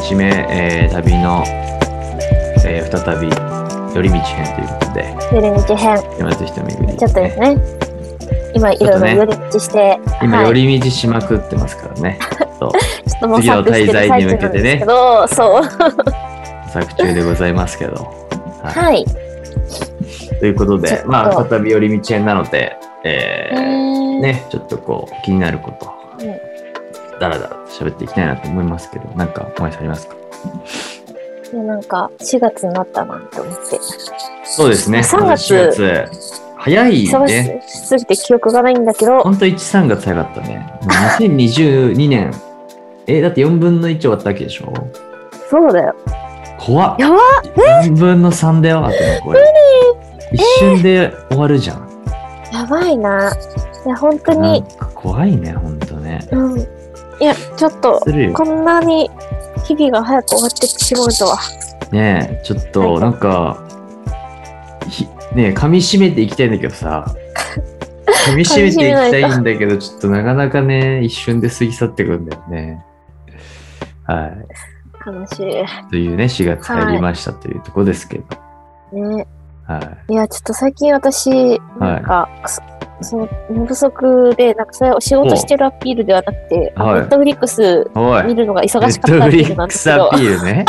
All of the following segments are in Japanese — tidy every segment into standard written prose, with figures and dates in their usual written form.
日目、旅の、再び寄り道編ということで、 寄り道編、 山津ひと巡り、 ちょっとですね、今いろいろ寄り道して、 今寄り道しまくってますからね。そうちょっと模索してる最中なんですけど、そう。 模索中でございますけど。 はい。 ということで、まあ、再び寄り道編なので、ね、ちょっとこう、気になること、だらだらと喋っていきたいなと思いますけど、なんか、お前さんありますか？ いや、なんか、4月になったなと思って。 そうですね。 3月。 早いね。 忙しすぎて記憶がないんだけど。 ほんと1、3月早かったね。2022年。だって4分の1終わったわけでしょ？ そうだよ。 怖っ。 やばっ。 4分の3だよ、あとのこれ。一瞬で終わるじゃん。 やばいな。いや、本当に。 なんか怖いね、ほんとね。 うん。いや、ちょっと、こんなに日々が早く終わってしまうとは。 ねえ、ちょっと、なんか、ねえ、噛み締めていきたいんだけどさ。噛み締めていきたいんだけど、ちょっとなかなかね、一瞬で過ぎ去ってくんだよね。はい。 悲しい。 というね、4月入りましたというところですけど。 ね。 はい。 いや、ちょっと最近私、なんか、その寝不足で、なんかそれを仕事してるアピールではなくて、ネットフリックス見るのが忙しかったアピールなんですけど。 ネットフリックスアピールね。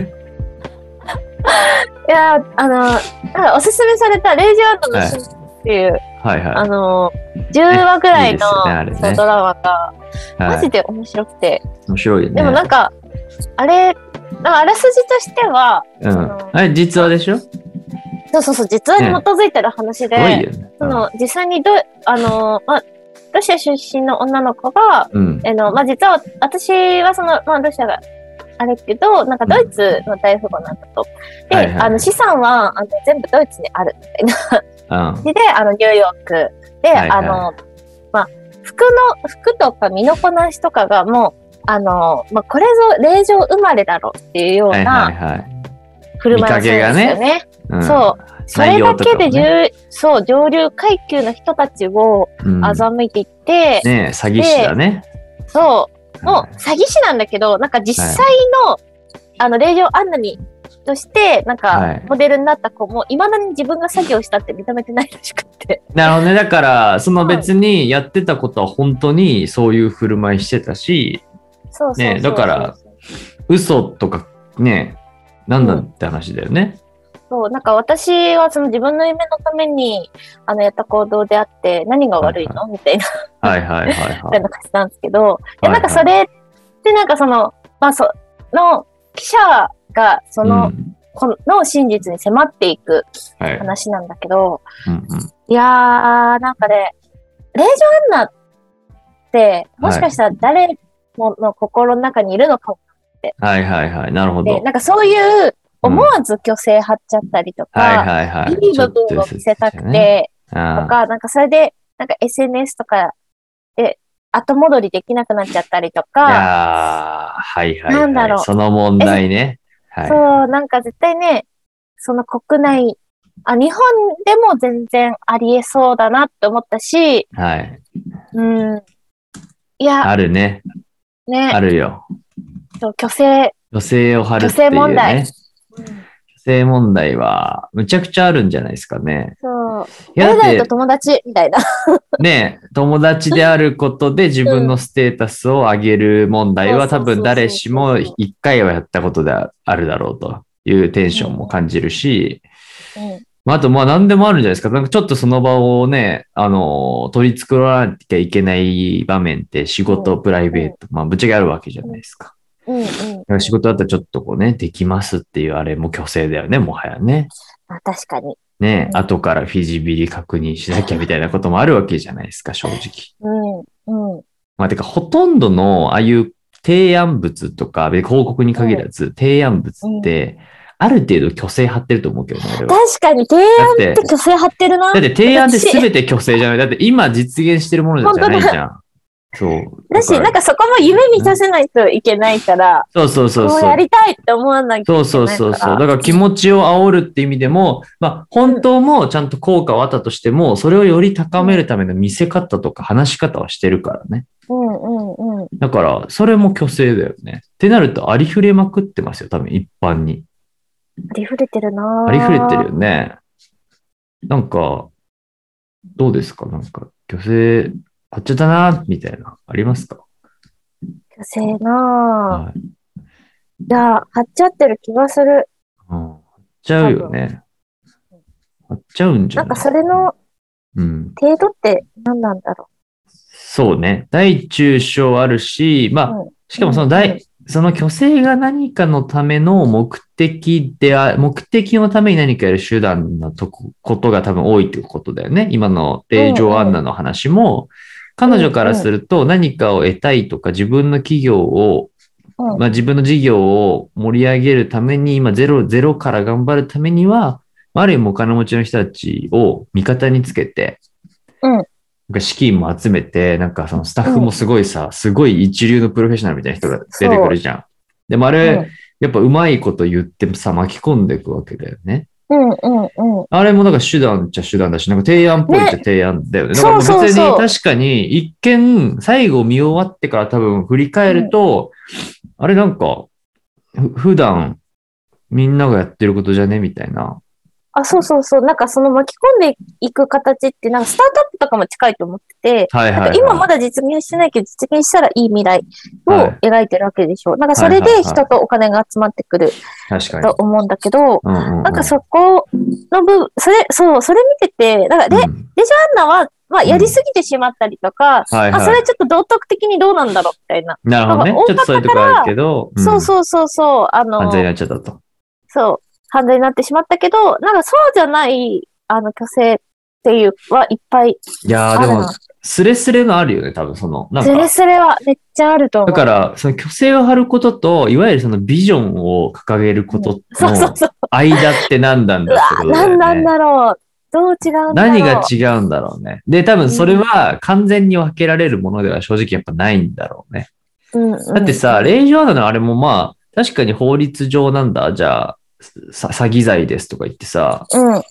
いや、なんかおすすめされたレイジアンドのシーンっていう、10話ぐらいのドラマが、マジで面白くて。 面白いよね。 でもなんか、あらすじとしては、 あれ実話でしょ？ そう、実話に基づいてる話で、実際にロシア出身の女の子が、実は私はロシアがあれけど、なんかドイツの大富豪なんだと。で、資産は全部ドイツにあるみたいな。で、ニューヨークで、服とか身のこなしとかがもう、これぞ令嬢生まれだろっていうような振る舞いをするんですよね。そう。それだけで上流階級の人たちを欺いていって、 ね、詐欺師だね。 そう。もう詐欺師なんだけど、なんか実際の、令嬢アンナにとして、なんか、モデルになった子も、未だに自分が詐欺をしたって認めてないらしくて。 なるほどね。だから、その別にやってたことは本当にそういう振る舞いしてたし、ね、だから、嘘とかね、なんだって話だよね。 そう、なんか私はその自分の夢のために、やった行動であって、何が悪いのみたいな。みたいな感じなんですけど、なんかそれってなんかの記者がの真実に迫っていく話なんだけど、いやー、なんかね、令嬢アンナって、もしかしたら誰もの心の中にいるのかもって。 なるほど。 なんかそういう、思わず虚勢張っちゃったりとか、いい部分を見せたくて、とか、なんかそれで、なんか SNS とかで後戻りできなくなっちゃったりとか、なんだろう。 その問題ね。 そう、なんか絶対ね、その国内、日本でも全然ありえそうだなって思ったし、いや、 あるね。あるよ。 虚勢を張るっていうね。問題。女性問題は、むちゃくちゃあるんじゃないですかね。 そう。誰々と友達みたいな。 ね、友達であることで自分のステータスを上げる問題は多分誰しも一回はやったことであるだろうというテンションも感じるし、あと何でもあるんじゃないですか。なんかちょっとその場をね、取り繕わなきゃいけない場面って仕事、プライベート、ぶっちゃけあるわけじゃないですか。仕事だったらちょっとこうね、できますっていうあれも虚勢だよね、もはやね。 確かに。 ね、後からフィジビリ確認しなきゃみたいなこともあるわけじゃないですか、正直。てか、ほとんどの、ああいう提案物とか、広告に限らず、提案物って、ある程度虚勢張ってると思うけどね、俺は。 確かに、提案って虚勢張ってるな。 だって提案って全て虚勢じゃない。だって今実現してるものじゃないじゃん。 そう。 だし、なんかそこも夢見させないといけないから、 そうそうそうそう。 こうやりたいって思わなきゃいけないから。 そうそうそうそう。だから気持ちを煽るって意味でも、まあ本当もちゃんと効果はあったとしても、それをより高めるための見せ方とか話し方はしてるからね。だから、それも虚勢だよね。ってなると、ありふれまくってますよ、多分一般に。 ありふれてるなありふれてるよね。なんか、どうですかなんか、虚勢、あっちゃったなみたいな、ありますか？ 虚勢なはい。いや、張っちゃってる気がする。 張っちゃうよね。張っちゃうんじゃない？ なんかそれの程度って何なんだろう。そうね。大中小あるし、まあ、しかもその虚勢が何かのための目的のために何かやる手段のことが多分多いってことだよね。今の令状アンナの話も、彼女からすると何かを得たいとか自分の企業を、まあ自分の事業を盛り上げるために、今ゼロから頑張るためには、ある意味お金持ちの人たちを味方につけて、資金も集めて、なんかそのスタッフもすごいすごい一流のプロフェッショナルみたいな人が出てくるじゃん。でもあれ、やっぱうまいこと言って巻き込んでいくわけだよね。あれもなんか手段っちゃ手段だし、なんか提案っぽいっちゃ提案だよね。だから別に確かに一見最後見終わってから多分振り返ると、あれなんか普段みんながやってることじゃねみたいな。 そうそうそう。なんかその巻き込んでいく形って、なんかスタートアップとかも近いと思ってて、今まだ実現してないけど、実現したらいい未来を描いてるわけでしょ。なんかそれで人とお金が集まってくると思うんだけど、なんかそこの部分、それ見てて、なんかレジャーアンナは、まあ、やりすぎてしまったりとか、それちょっと道徳的にどうなんだろうみたいな。 なるほどね。ちょっとそういうとこあるけど、 そうそうそうそう。 犯罪になっちゃったと。 そう。犯罪になってしまったけど、なんかそうじゃない、虚勢っていうはいっぱい。 いやーでも、スレスレのあるよね、多分なんか。 スレスレはめっちゃあると思う。 だから、その虚勢を張ることと、いわゆるそのビジョンを掲げることの間って何なんだってことだよね。 何なんだろう。どう違うんだろう。 何が違うんだろうね。で、多分それは完全に分けられるものでは正直やっぱないんだろうね。だってさ、令状なのあれもまあ、確かに法律上なんだ、じゃあ、詐欺罪ですとか言ってさ、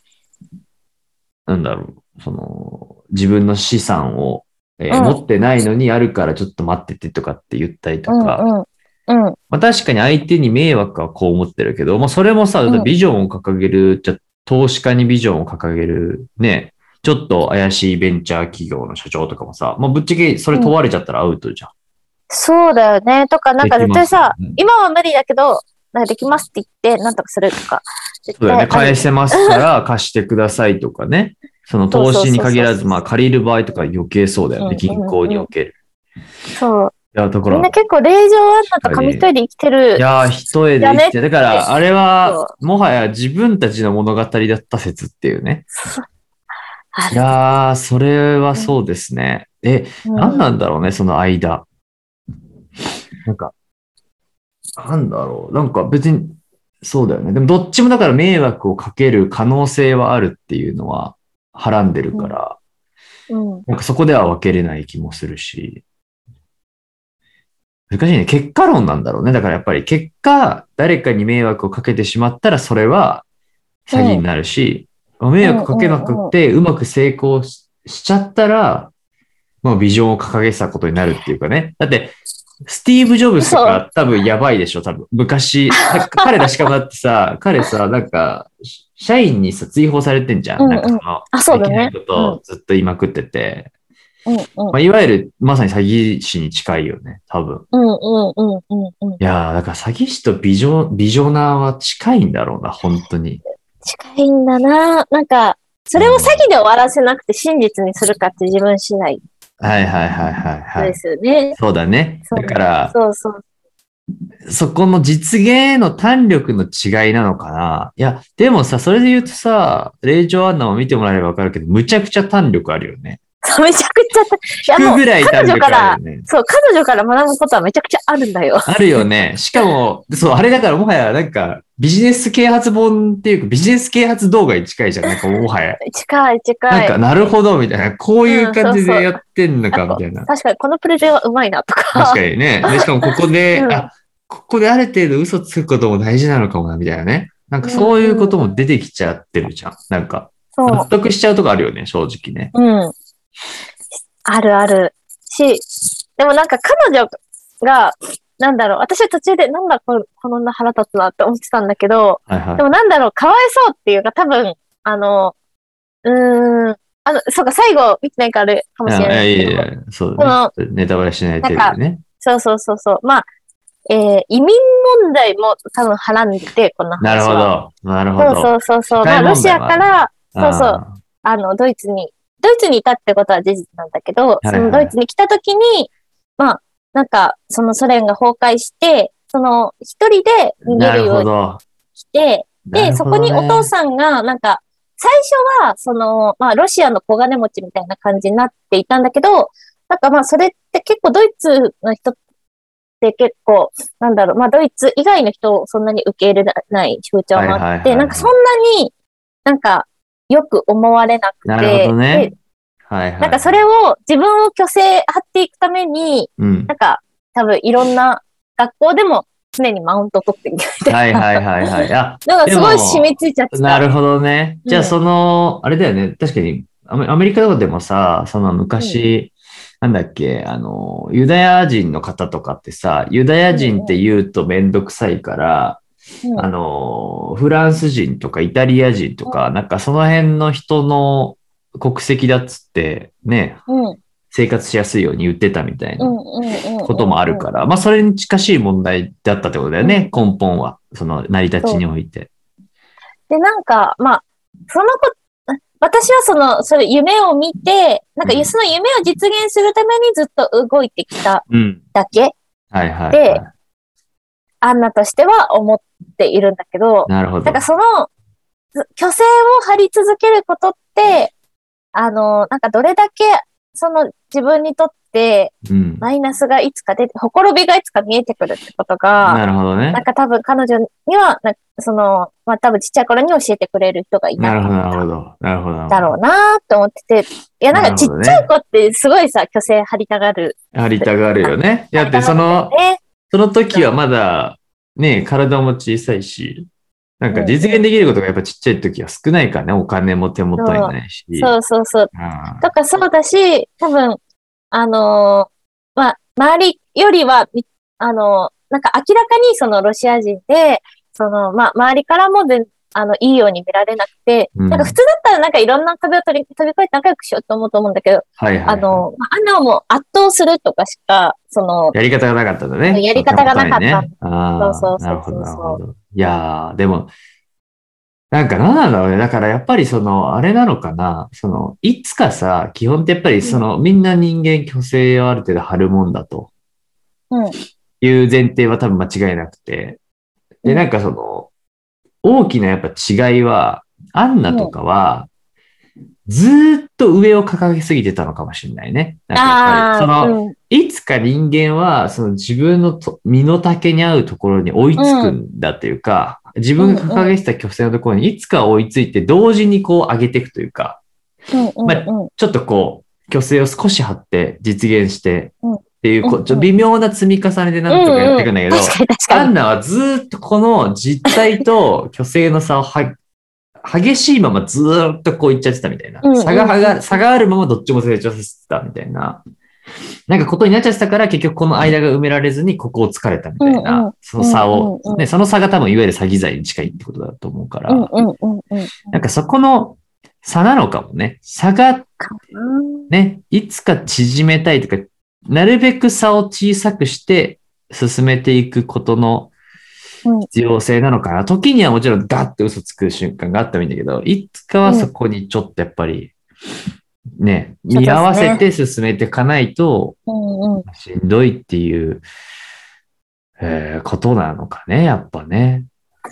なんだろう、自分の資産を、持ってないのにあるからちょっと待っててとかって言ったりとか、まあ、確かに相手に迷惑はこう思ってるけど、まあ、それもさ、ビジョンを掲げる、じゃ投資家にビジョンを掲げるね、ちょっと怪しいベンチャー企業の社長とかもさ、まあ、ぶっちゃけそれ問われちゃったらアウトじゃん。 そうだよね。とか、なんか絶対さ、今は無理だけど、なんかできますって言って、なんとかするとか。 そうだよね。返せますから貸してくださいとかね。その投資に限らず、まあ借りる場合とか余計そうだよね。銀行における。 そう。 いや、だから。 みんな結構令状あんなと紙一重で生きてる。 いや、一重で生きてる。だから、あれは、もはや自分たちの物語だった説っていうね。いやー、それはそうですね。何なんだろうね、その間。なんか、なんだろう。なんか別に、そうだよね。でもどっちもだから迷惑をかける可能性はあるっていうのははらんでるから、なんかそこでは分けれない気もするし。難しいね。結果論なんだろうね。だからやっぱり結果、誰かに迷惑をかけてしまったらそれは詐欺になるし、迷惑かけなくてうまく成功しちゃったら、まあビジョンを掲げてたことになるっていうかね。だって、スティーブ・ジョブズとか多分やばいでしょ、多分。昔。彼らしかもだってさ、彼さ、なんか、社員にさ、追放されてんじゃん。なんかそうだね。 できないことをずっと言いまくってて。まあ、いわゆる、まさに詐欺師に近いよね、多分。いやー、だから詐欺師とビジョナーは近いんだろうな、本当に。 近いんだな。なんか、それを詐欺で終わらせなくて真実にするかって自分次第。 はいはいはいはい、はい。 ですよね。 そうだね。だから、 そう。 そこの実現への胆力の違いなのかな。いや、でもさ、それで言うとさ、令状アンナを見てもらえればわかるけど、むちゃくちゃ胆力あるよね。 めちゃくちゃ、いやもう、彼女から、そう、彼女から学ぶことはめちゃくちゃあるんだよ。 あるよね。しかも、そう、あれだからもはやなんか、ビジネス啓発本っていうか、ビジネス啓発動画に近いじゃん。なんかもはや。 近い。 なんか、なるほど、みたいな。こういう感じでやってんのか、みたいな。 確かに、このプレゼンはうまいな、とか。 確かにね。で、しかもここで、ここである程度嘘つくことも大事なのかもな、みたいなね。なんかそういうことも出てきちゃってるじゃん。なんか、納得しちゃうとこあるよね、正直ね。 あるし、でもなんか彼女が、なんだろう、私は途中でなんだこんな腹立つなって思ってたんだけど、でもなんだろう、かわいそうっていうか多分、そうか、最後見てないからあれかもしれないけど。 いや、そうだね。ネタバレしない程度でね。 そう。まあ、移民問題も多分はらんでて、この話は。 なるほど。 そう。まあ、ロシアから、ドイツにいたってことは事実なんだけど、そのドイツに来た時に、まあ、なんか、そのソ連が崩壊して、その一人で逃げるようにして、で、そこにお父さんが、なんか、最初は、その、まあ、ロシアの小金持ちみたいな感じになっていたんだけど、なんかまあ、それって結構ドイツの人って結構、なんだろう、まあ、ドイツ以外の人をそんなに受け入れない風潮もあって、なんかそんなになんかよく思われなくて、 なるほどね。 なんかそれを自分を虚勢張っていくために、なんか多分いろんな学校でも常にマウント取ってみたいな。なんかすごい染みついちゃってた。 なるほどね。じゃあその、あれだよね。確かにアメリカとかでもさ、その昔、なんだっけ、ユダヤ人の方とかってさ、ユダヤ人って言うとめんどくさいから、フランス人とかイタリア人とか、なんかその辺の人の国籍だっつってね、生活しやすいように言ってたみたいなこともあるから、まあそれに近しい問題だったってことだよね、根本は。その成り立ちにおいて。 で、なんか、まあ、私はそういう夢を見て、なんかその夢を実現するためにずっと動いてきただけで、アンナとしては思っているんだけど、なんかその、虚勢を張り続けることって、なんかどれだけ、その自分にとって、マイナスがいつかほころびがいつか見えてくるってことが、 なるほどね。 なんか多分彼女には、まあ多分ちっちゃい頃に教えてくれる人がいなかった。 なるほど。 だろうなと思ってて、いやなんかちっちゃい子ってすごいさ、虚勢張りたがる。 張りたがるよね。だってその時はまだね、体も小さいし、なんか実現できることがやっぱちっちゃい時は少ないからね、お金も手元にないし。 そう。とかそうだし、多分、まあ、周りよりは、なんか明らかにそのロシア人で、まあ、周りからもいいように見られなくて、なんか普通だったらなんかいろんな壁を飛び越えて仲良くしようと思うと思うんだけど、アンナをもう圧倒するとかしか、 やり方がなかったんだね。 やり方がなかった。そう。 なるほど。いやー、でも、なんか何なんだろうね。だからやっぱりあれなのかな。いつかさ、基本ってやっぱりみんな人間虚勢をある程度張るもんだと。いう前提は多分間違いなくて。で、なんか大きなやっぱ違いは、アンナとかは、ずーっと上を掲げすぎてたのかもしれないね。なんかやっぱりいつか人間は、自分の身の丈に合うところに追いつくんだというか、自分が掲げてた虚勢のところにいつか追いついて、同時にこう上げていくというか、まあ、ちょっとこう、虚勢を少し張って実現して、っていう、ちょっと微妙な積み重ねでなんとかやっていくんだけど、アンナはずーっとこの実態と虚勢の差を激しいままずーっとこういっちゃってたみたいな。差があるままどっちも成長させてたみたいな。なんかことになっちゃってたから結局この間が埋められずにここを突かれたみたいな。その差を、ね、その差が多分いわゆる詐欺罪に近いってことだと思うから。なんかそこの差なのかもね。差が、ね、いつか縮めたいとか、なるべく差を小さくして進めていくことの必要性なのかな。時にはもちろんガッと嘘つく瞬間があってもいいんだけど、いつかはそこにちょっとやっぱりね、見合わせて進めていかないとしんどいっていう、ことなのかね、やっぱね。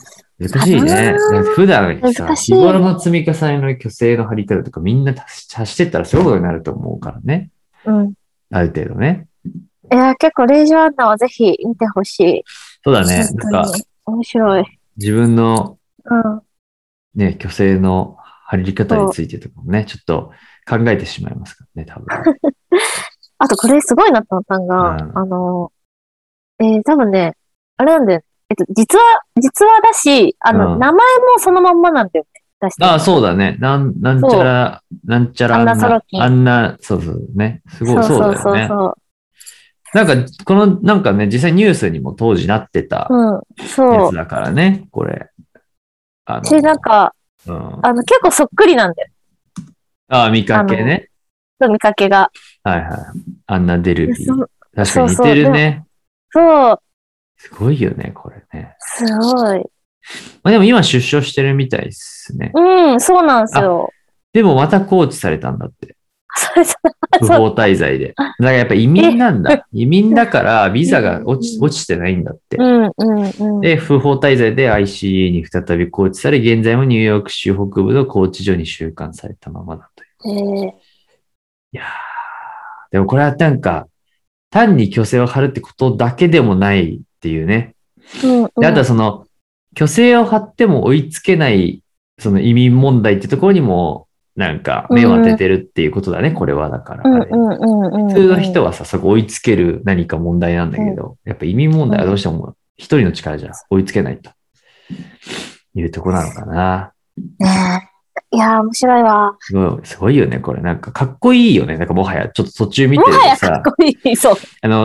難しいね。普段さ、日頃の積み重ねの虚勢の張り方とかみんな足してったらすごいことになると思うからね。 うん。 ある程度ね。 いや、結構、レイジワンダーはぜひ見てほしい。 そうだね。なんか、 面白い。 自分の、 うん。 ね、虚勢の張り方についてとかもね、ちょっと考えてしまいますからね、多分。 あと、これすごいなと思ったのが、多分ね、あれなんだよ。実話だし、名前もそのまんまなんだよね。 ああ、そうだね。なんちゃら、なんちゃら、 アンナソロキン。 あんな、そうそうね。すごい、そうだよね。 そう。 なんか、なんかね、実際ニュースにも当時なってたやつだからね、これ。 なんか、結構そっくりなんだよ。 ああ、見かけね。 そう、見かけが。 はいはい。アンナ・デルビー。確かに似てるね。 そう。 すごいよね、これね。 すごい。 まあ、でも今出所してるみたいですね。 うん、そうなんですよ。 でもまた拘置されたんだって。不法滞在で。だからやっぱ移民なんだ。移民だからビザが落ちてないんだって。で、不法滞在で ICE に再び拘置され、現在もニューヨーク州北部の拘置所に収監されたままだという。いやー、でもこれはなんか、単に虚勢を張るってことだけでもないっていうね。であとはその、虚勢を張っても追いつけない、その移民問題ってところにも、なんか目を当ててるっていうことだね、これはだから。普通の人はさ、そこ追いつける何か問題なんだけど、やっぱ移民問題はどうしても一人の力じゃ追いつけないというところなのかな。 いやー、面白いわ。 すごいよね、これ。なんかかっこいいよね。なんかもはやちょっと途中見てるとさ。 もはやかっこいい、そう。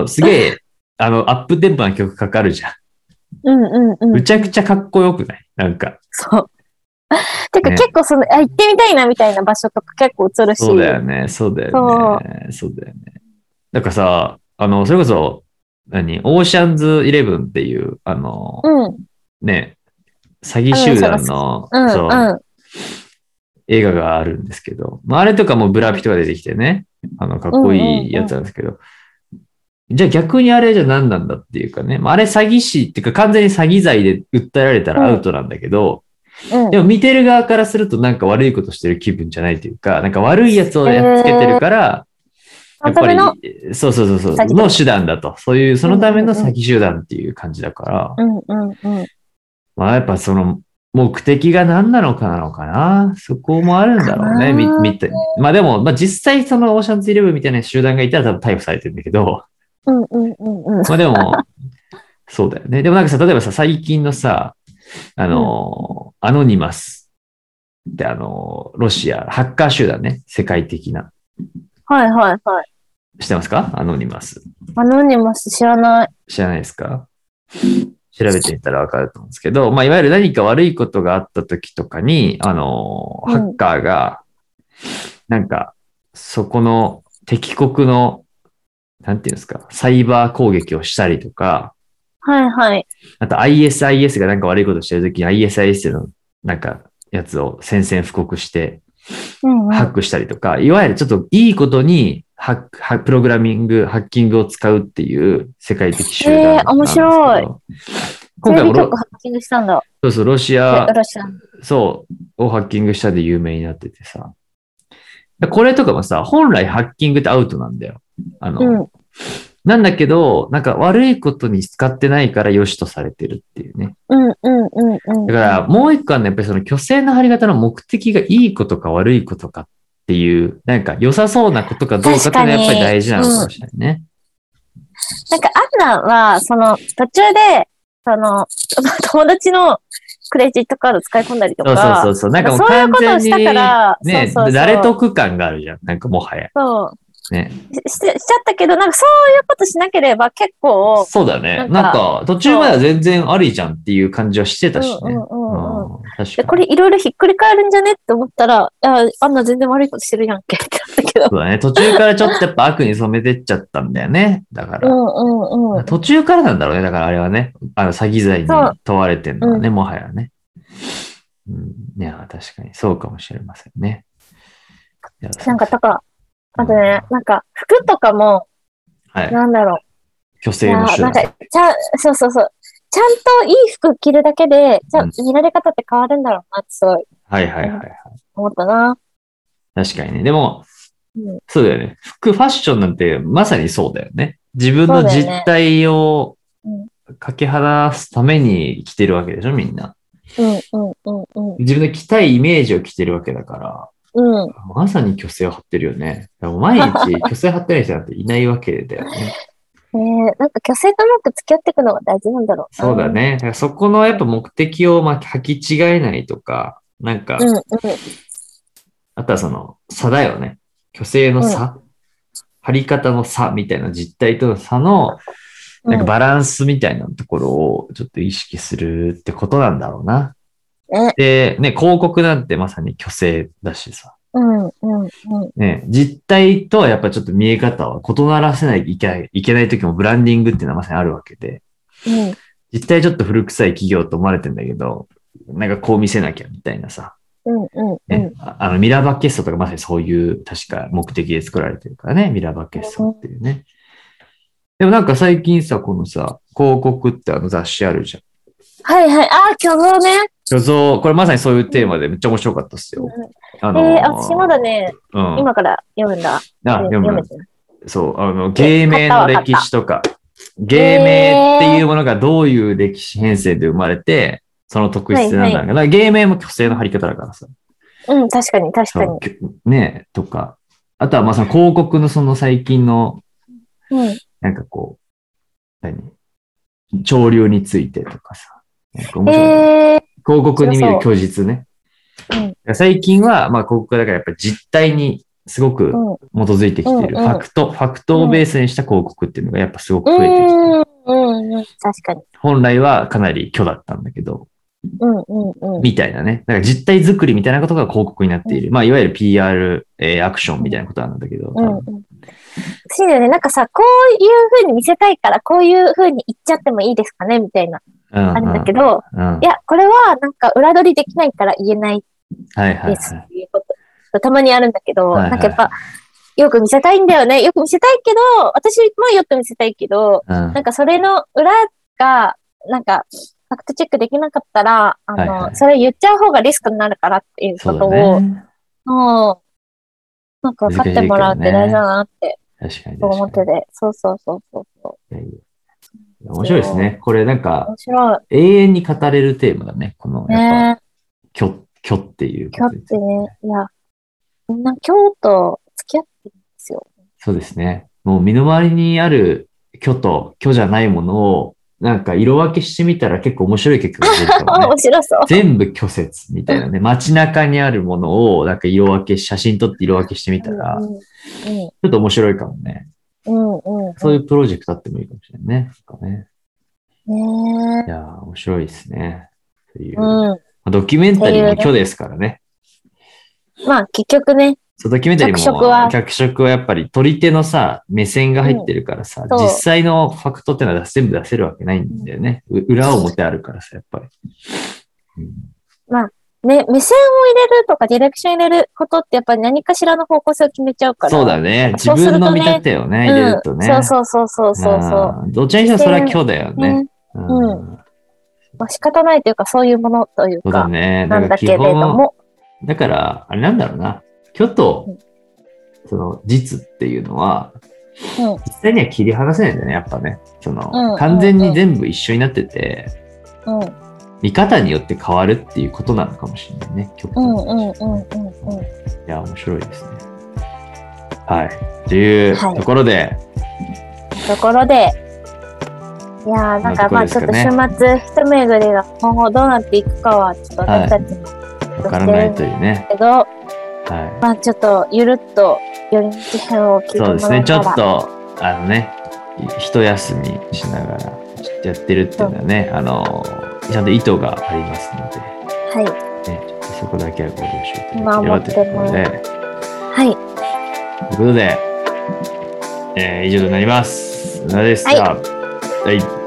すげえ、アップテンポな曲かかるじゃん。むちゃくちゃかっこよくないなんか。 そう。てか、結構行ってみたいなみたいな場所とか結構映るし。 そうだよね。なんかさ、それこそ、オーシャンズイレブンっていう、ね、詐欺集団の、映画があるんですけど、あれとかもブラピとか出てきてね、かっこいいやつなんですけど、じゃあ逆にあれじゃ何なんだっていうかね、あれ詐欺師っていうか完全に詐欺罪で訴えられたらアウトなんだけど、でも見てる側からするとなんか悪いことしてる気分じゃないというか、なんか悪いやつをやっつけてるから、やっぱり、そう、の手段だと。そういう、そのための詐欺集団っていう感じだから、やっぱその目的が何なのかなそこもあるんだろうね、見て。でも、実際そのオーシャンズイレブンみたいな集団がいたら多分逮捕されてるんだけど、でも、そうだよね。でもなんかさ、例えばさ、最近のさ、アノニマスってロシア、ハッカー集団ね、世界的な。知ってますか？アノニマス。 アノニマス知らない。 知らないですか？調べてみたらわかると思うんですけど、いわゆる何か悪いことがあった時とかに、ハッカーが、なんか、そこの敵国の、なんていうんですか、サイバー攻撃をしたりとか、あと ISIS がなんか悪いことしてるときに ISIS のなんかやつを宣戦布告して、ハックしたりとか、いわゆるちょっといいことにプログラミング、ハッキングを使うっていう世界的集団なんですけど。面白い。 今回もハッキングしたんだ。 そう、ロシア、そう、をハッキングしたで有名になっててさ。これとかもさ、本来ハッキングってアウトなんだよ。なんだけど、なんか悪いことに使ってないから良しとされてるっていうね。だからもう一個はね、やっぱりその虚勢の張り方の目的がいいことか悪いことかっていう、なんか良さそうなことかどうかっていうのはやっぱり大事なのかもしれないね。 なんかアンナは、その途中で、友達のクレジットカード使い込んだりとか。 そう。なんかもう完全に、ね、誰得感があるじゃん。なんかもはや。 そう。 ね。 しちゃったけど、なんかそういうことしなければ結構。 そうだね。なんか途中までは全然ありじゃんっていう感じはしてたしね。 確かに。これいろいろひっくり返るんじゃねって思ったら、あんな全然悪いことしてるやんけってなったけど。 そうだね。途中からちょっとやっぱ悪に染めてっちゃったんだよね。だから。途中からなんだろうね。だからあれはね。詐欺罪に問われてるのはね、もはやね。いや、確かにそうかもしれませんね。 なんかあとね、なんか服とかも、なんだろう。 虚勢の手段。 そう。 ちゃんといい服着るだけで、じゃあ見られ方って変わるんだろうなってすごい。 はいはいはいはい。 思ったな。 確かにね。でも、そうだよね。ファッションなんてまさにそうだよね。自分の実態をかけ離すために着てるわけでしょ、みんな。自分の着たいイメージを着てるわけだから、まさに虚勢を張ってるよね。毎日虚勢張ってない人なんていないわけだよね。 なんか虚勢とうまく付き合っていくのが大事なんだろうな。そうだね。だからそこのやっぱ目的を履き違えないとか、なんか、あとはその差だよね。虚勢の差、張り方の差みたいな実態との差の、なんかバランスみたいなところをちょっと意識するってことなんだろうな。で、ね、広告なんてまさに虚勢だしさ。ね、実態とはやっぱちょっと見え方は異ならせないといけない時もブランディングっていうのはまさにあるわけで、実態ちょっと古臭い企業と思われてんだけど、なんかこう見せなきゃみたいなさ。ミラバケッソとかまさにそういう確か目的で作られてるからね、ミラバケッソっていうね。でもなんか最近さ、このさ、広告って雑誌あるじゃん。 はいはい。虚像ね。 虚像、これまさにそういうテーマでめっちゃ面白かったっすよ。 私まだね、今から読むんだ。 読む。そう、芸名の歴史とか、芸名っていうものがどういう歴史編成で生まれて、その特質なんだけど、芸名も虚勢の張り方だからさ。 確かに確かに。 ねとか。あとはまあその広告のその最近の、なんかこう、潮流についてとかさ。なんか面白い。広告に見る虚実ね。最近は、まあ広告だからやっぱり実態にすごく基づいてきている。ファクトをベースにした広告っていうのがやっぱすごく増えてきてる。 確かに。 本来はかなり虚だったんだけど、みたいなね。だから実体作りみたいなことが広告になっている。まあ、いわゆる PR、アクションみたいなことなんだけど。 そうだよね。なんかさ、こういう風に見せたいから、こういう風に言っちゃってもいいですかねみたいな。あるんだけど、いや、これはなんか裏取りできないから言えないですっていうことたまにあるんだけど、なんかやっぱ、よく見せたいんだよね。よく見せたいけど、私もよく見せたいけど、なんかそれの裏が、なんか、ファクトチェックできなかったら、それ言っちゃう方がリスクになるからっていうことを、なんか分かってもらうって大事だなって、思ってて。そう。 面白いですね。これなんか、永遠に語れるテーマだね。この、やっぱ、虚っていうことですね。虚ってね、いや、みんな虚と付き合ってるんですよ。 そうですね。もう身の回りにある虚と虚じゃないものを、なんか色分けしてみたら結構面白い結果が出るかもね。 面白そう。 全部虚説みたいなね。街中にあるものをなんか色分け、写真撮って色分けしてみたら、ちょっと面白いかもね。そういうプロジェクトあってもいいかもしれないね。いやー、面白いですね。ドキュメンタリーも虚ですからね。 まあ結局ね。 ドキュメンタリーも脚色はやっぱり撮り手のさ、目線が入ってるからさ、実際のファクトってのは全部出せるわけないんだよね。裏表あるからさ、やっぱり。 まあね、目線を入れるとかディレクション入れることってやっぱり何かしらの方向性を決めちゃうから。 そうだね。自分の見立てをね、入れるとね。 そう。 どちらにしてもそれは虚だよね。 まあ仕方ないというかそういうものというか。 そうだね。 なんだけれども。 だから、あれなんだろうな。虚と、その実っていうのは、実際には切り離せないんだよね、やっぱね。完全に全部一緒になってて、見方によって変わるっていうことなのかもしれないね、虚と。いや、面白いですね。はい。というところで。 いやー、なんかまあちょっと週末、一巡りが今後どうなっていくかは、ちょっと私たちもわからないというね。 けど、まあちょっとゆるっと寄り道編を聞いてもらったら。そうですね、 ちょっと一休みしながらちょっとやってるっていうのはね、ちゃんと意図がありますので、 はい。 ちょっとそこだけはご了承いただければということで、 はい。 ということで、以上となります。なでした。はい。